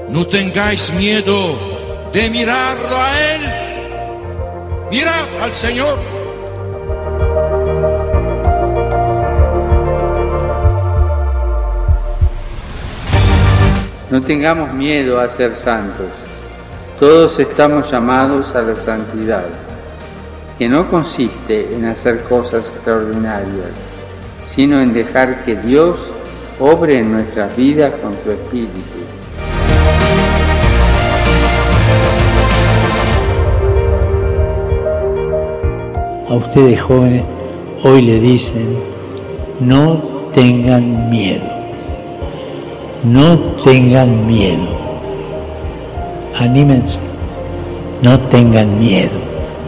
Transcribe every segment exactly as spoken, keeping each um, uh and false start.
no tengáis miedo de mirarlo a Él. Mirad al Señor. No tengamos miedo a ser santos. Todos estamos llamados a la santidad, que no consiste en hacer cosas extraordinarias, sino en dejar que Dios obre en nuestras vidas con su Espíritu. A ustedes jóvenes hoy le dicen, no tengan miedo, no tengan miedo, anímense, no tengan miedo.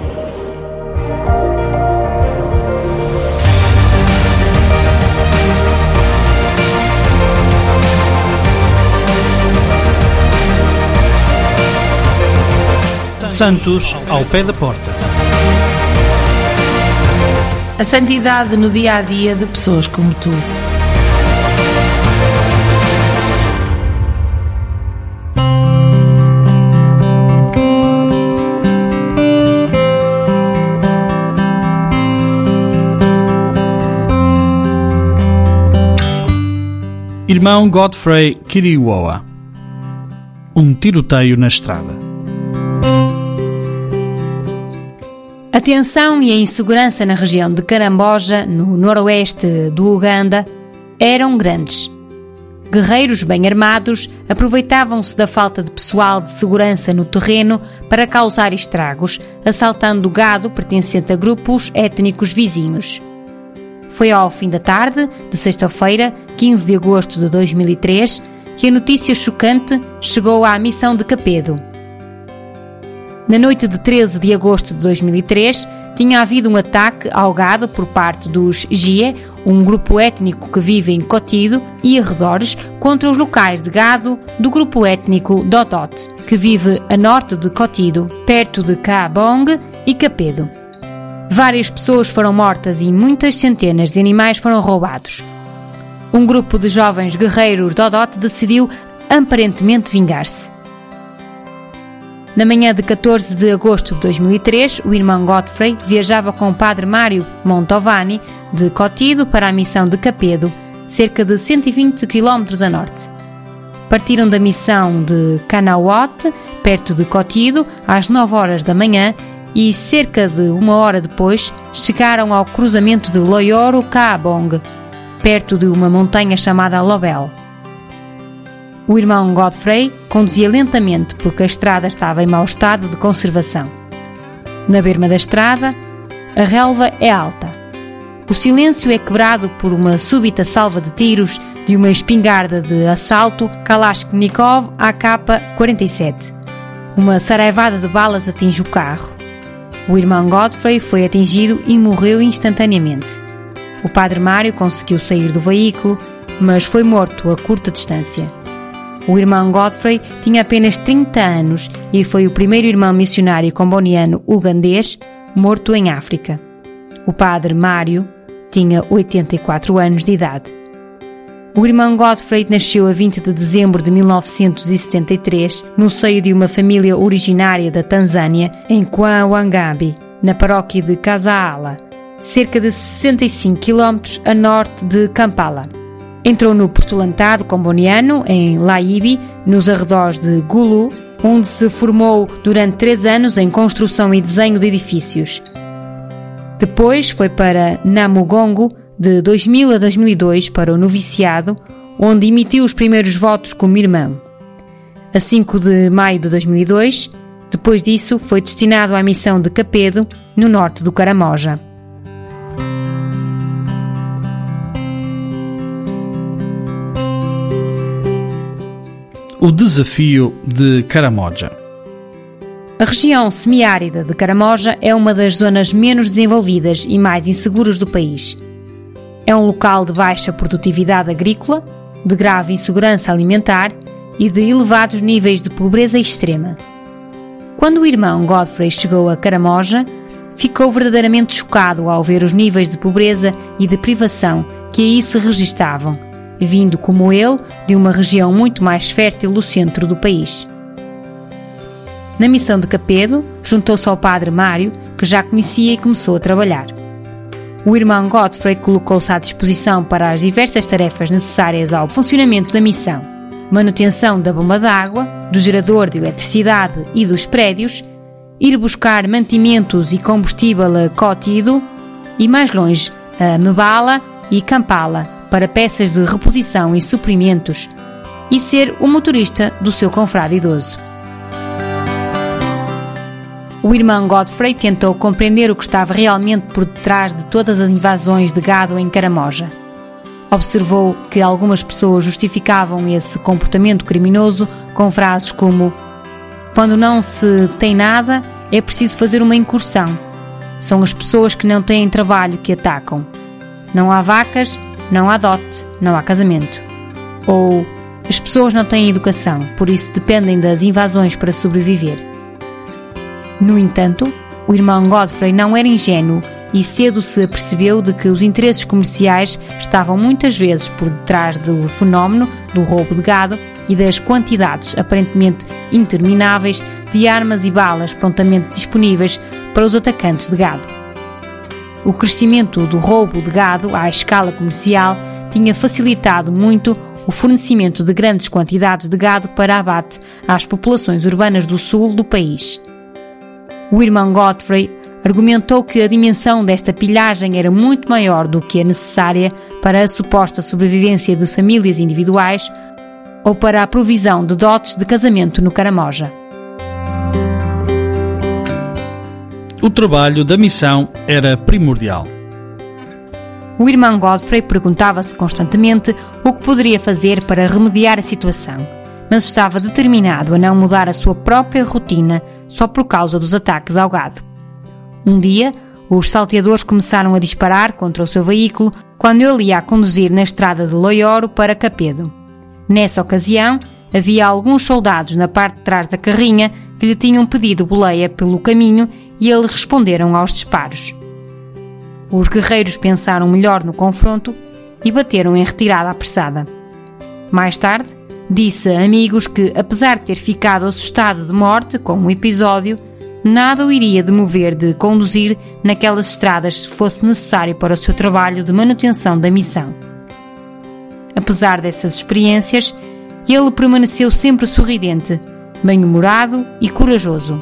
Santos ao pé da porta. A santidade no dia a dia de pessoas como tu. Irmão Godfrey Kiriwoa. Um tiroteio na estrada. A tensão e a insegurança na região de Karamboja, no noroeste do Uganda, eram grandes. Guerreiros bem armados aproveitavam-se da falta de pessoal de segurança no terreno para causar estragos, assaltando gado pertencente a grupos étnicos vizinhos. Foi ao fim da tarde de sexta-feira, quinze de agosto de dois mil e três, que a notícia chocante chegou à missão de Kapedo. Na noite de treze de agosto de dois mil e três, tinha havido um ataque ao gado por parte dos Jie, um grupo étnico que vive em Kotido e arredores, contra os locais de gado do grupo étnico Dodot, que vive a norte de Kotido, perto de Kaabong e Kapedo. Várias pessoas foram mortas e muitas centenas de animais foram roubados. Um grupo de jovens guerreiros Dodot decidiu aparentemente vingar-se. Na manhã de catorze de agosto de dois mil e três, o irmão Godfrey viajava com o padre Mário Montovani de Kotido para a missão de Kapedo, cerca de cento e vinte quilómetros a norte. Partiram da missão de Kanawot, perto de Kotido, às nove horas da manhã e cerca de uma hora depois chegaram ao cruzamento de Loyoro-Kaabong, perto de uma montanha chamada Lobel. O irmão Godfrey conduzia lentamente porque a estrada estava em mau estado de conservação. Na berma da estrada, a relva é alta. O silêncio é quebrado por uma súbita salva de tiros de uma espingarda de assalto Kalashnikov A K quarenta e sete. Uma saraivada de balas atinge o carro. O irmão Godfrey foi atingido e morreu instantaneamente. O padre Mário conseguiu sair do veículo, mas foi morto a curta distância. O irmão Godfrey tinha apenas trinta anos e foi o primeiro irmão missionário comboniano ugandês morto em África. O padre Mário tinha oitenta e quatro anos de idade. O irmão Godfrey nasceu a vinte de dezembro de mil novecentos e setenta e três no seio de uma família originária da Tanzânia, em Kwangambi, na paróquia de Kazaala, cerca de sessenta e cinco quilómetros a norte de Kampala. Entrou no postulantado comboniano em Laibi, nos arredores de Gulu, onde se formou durante três anos em construção e desenho de edifícios. Depois foi para Namugongo, de dois mil a dois mil e dois, para o noviciado, onde emitiu os primeiros votos como irmão. A cinco de maio de dois mil e dois, depois disso, foi destinado à missão de Kapedo, no norte do Karamoja. O desafio de Karamoja. A região semiárida de Karamoja é uma das zonas menos desenvolvidas e mais inseguras do país. É um local de baixa produtividade agrícola, de grave insegurança alimentar e de elevados níveis de pobreza extrema. Quando o irmão Godfrey chegou a Karamoja, ficou verdadeiramente chocado ao ver os níveis de pobreza e de privação que aí se registavam, vindo, como ele, de uma região muito mais fértil do centro do país. Na missão de Capedo, juntou-se ao padre Mário, que já conhecia e começou a trabalhar. O irmão Godfrey colocou-se à disposição para as diversas tarefas necessárias ao funcionamento da missão: manutenção da bomba d'água, do gerador de eletricidade e dos prédios, ir buscar mantimentos e combustível a Cotido e, mais longe, a Mebala e Kampala, para peças de reposição e suprimentos, e ser o motorista do seu confrade idoso. O irmão Godfrey tentou compreender o que estava realmente por detrás de todas as invasões de gado em Caramoja. Observou que algumas pessoas justificavam esse comportamento criminoso com frases como: quando não se tem nada, é preciso fazer uma incursão. São as pessoas que não têm trabalho que atacam. Não há vacas, não há dote, não há casamento. Ou as pessoas não têm educação, por isso dependem das invasões para sobreviver. No entanto, o irmão Godfrey não era ingênuo e cedo se apercebeu de que os interesses comerciais estavam muitas vezes por detrás do fenómeno do roubo de gado e das quantidades aparentemente intermináveis de armas e balas prontamente disponíveis para os atacantes de gado. O crescimento do roubo de gado à escala comercial tinha facilitado muito o fornecimento de grandes quantidades de gado para abate às populações urbanas do sul do país. O irmão Godfrey argumentou que a dimensão desta pilhagem era muito maior do que a necessária para a suposta sobrevivência de famílias individuais ou para a provisão de dotes de casamento no Caramoja. O trabalho da missão era primordial. O irmão Godfrey perguntava-se constantemente o que poderia fazer para remediar a situação, mas estava determinado a não mudar a sua própria rotina só por causa dos ataques ao gado. Um dia, os salteadores começaram a disparar contra o seu veículo quando ele ia a conduzir na estrada de Loioro para Capedo. Nessa ocasião, havia alguns soldados na parte de trás da carrinha que lhe tinham pedido boleia pelo caminho e eles responderam aos disparos. Os guerreiros pensaram melhor no confronto e bateram em retirada apressada. Mais tarde, disse a amigos que, apesar de ter ficado assustado de morte com o episódio, nada o iria demover de conduzir naquelas estradas se fosse necessário para o seu trabalho de manutenção da missão. Apesar dessas experiências, ele permaneceu sempre sorridente, bem-humorado e corajoso.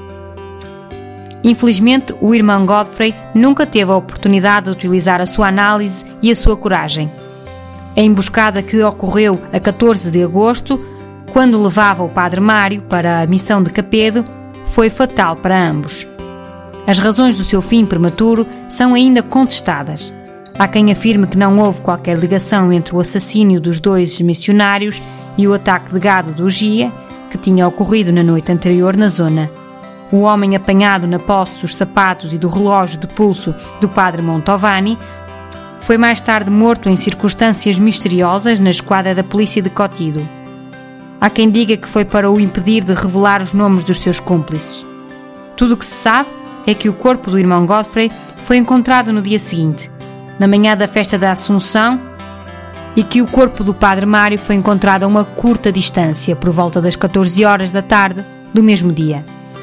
Infelizmente, o irmão Godfrey nunca teve a oportunidade de utilizar a sua análise e a sua coragem. A emboscada que ocorreu a catorze de agosto, quando levava o padre Mário para a missão de Capedo, foi fatal para ambos. As razões do seu fim prematuro são ainda contestadas. Há quem afirme que não houve qualquer ligação entre o assassínio dos dois missionários e o ataque de gado do Gia, que tinha ocorrido na noite anterior na zona. O homem apanhado na posse dos sapatos e do relógio de pulso do padre Montovani foi mais tarde morto em circunstâncias misteriosas na esquadra da polícia de Cotido. Há quem diga que foi para o impedir de revelar os nomes dos seus cúmplices. Tudo o que se sabe é que o corpo do irmão Godfrey foi encontrado no dia seguinte, na manhã da festa da Assunção, e que o corpo do padre Mário foi encontrado a uma curta distância, por volta das catorze horas da tarde do mesmo dia.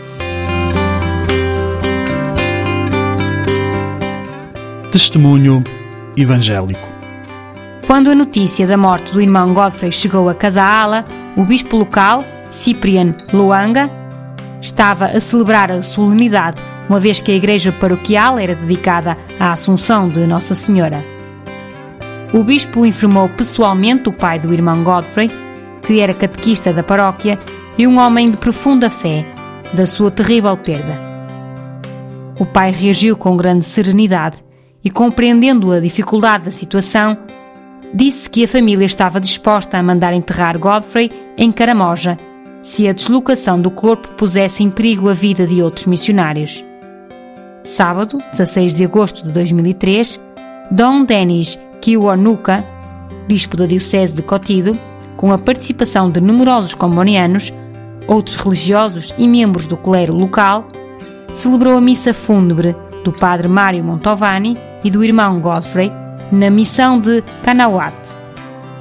Testemunho evangélico. Quando a notícia da morte do irmão Godfrey chegou a Casaala, o bispo local, Cyprian Luanga, estava a celebrar a solenidade, uma vez que a igreja paroquial era dedicada à Assunção de Nossa Senhora. O bispo informou pessoalmente o pai do irmão Godfrey, que era catequista da paróquia e um homem de profunda fé, da sua terrível perda. O pai reagiu com grande serenidade e, compreendendo a dificuldade da situação, disse que a família estava disposta a mandar enterrar Godfrey em Caramoja, se a deslocação do corpo pusesse em perigo a vida de outros missionários. Sábado, dezasseis de agosto de dois mil e três, Dom Denis Kiwanuka, bispo da diocese de Cotido, com a participação de numerosos combonianos, outros religiosos e membros do clero local, celebrou a missa fúnebre do padre Mário Montovani e do irmão Godfrey na missão de Kanawat.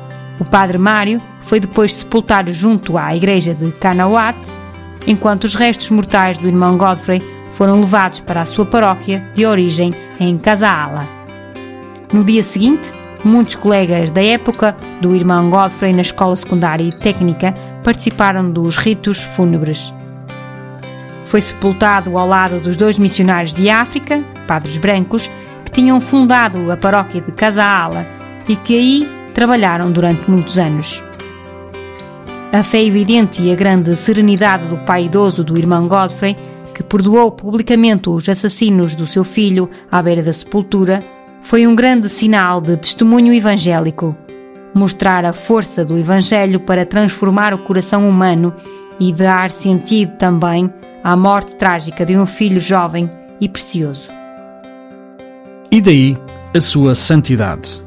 O padre Mário foi depois sepultado junto à igreja de Canauat, enquanto os restos mortais do irmão Godfrey foram levados para a sua paróquia de origem em Casaala. No dia seguinte, muitos colegas da época do irmão Godfrey na escola secundária e técnica participaram dos ritos fúnebres. Foi sepultado ao lado dos dois missionários de África, padres brancos, que tinham fundado a paróquia de Casaala e que aí trabalharam durante muitos anos. A fé evidente e a grande serenidade do pai idoso do irmão Godfrey, que perdoou publicamente os assassinos do seu filho à beira da sepultura, foi um grande sinal de testemunho evangélico. Mostrar a força do Evangelho para transformar o coração humano e dar sentido também à morte trágica de um filho jovem e precioso. E daí a sua santidade.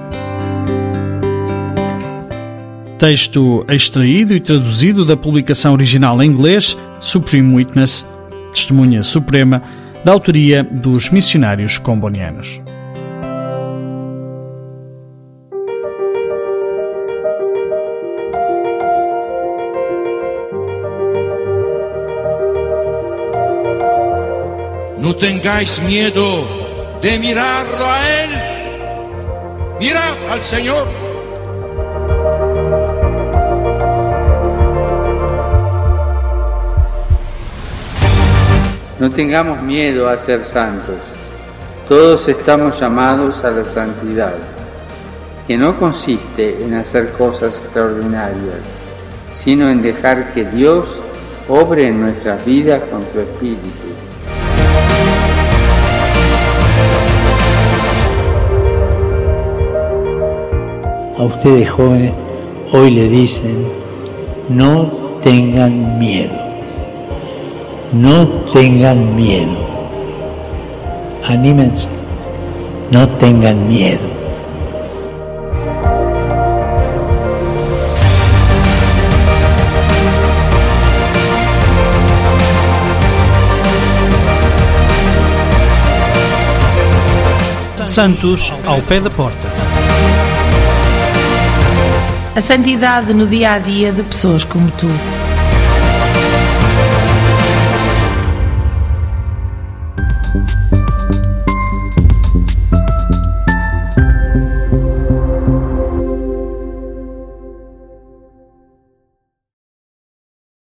Texto extraído e traduzido da publicação original em inglês Supreme Witness, Testemunha Suprema, da autoria dos missionários combonianos. No tengáis miedo de mirarlo a Él. Mirad al Señor. No tengamos miedo a ser santos. Todos estamos llamados a la santidad, que no consiste en hacer cosas extraordinarias, sino en dejar que Dios obre en nuestras vidas con su Espíritu. A ustedes jóvenes hoy le dicen, no tengan miedo, no tengan miedo, anímense, no tengan miedo. Santos ao pé da porta. A santidade no dia a dia de pessoas como tu.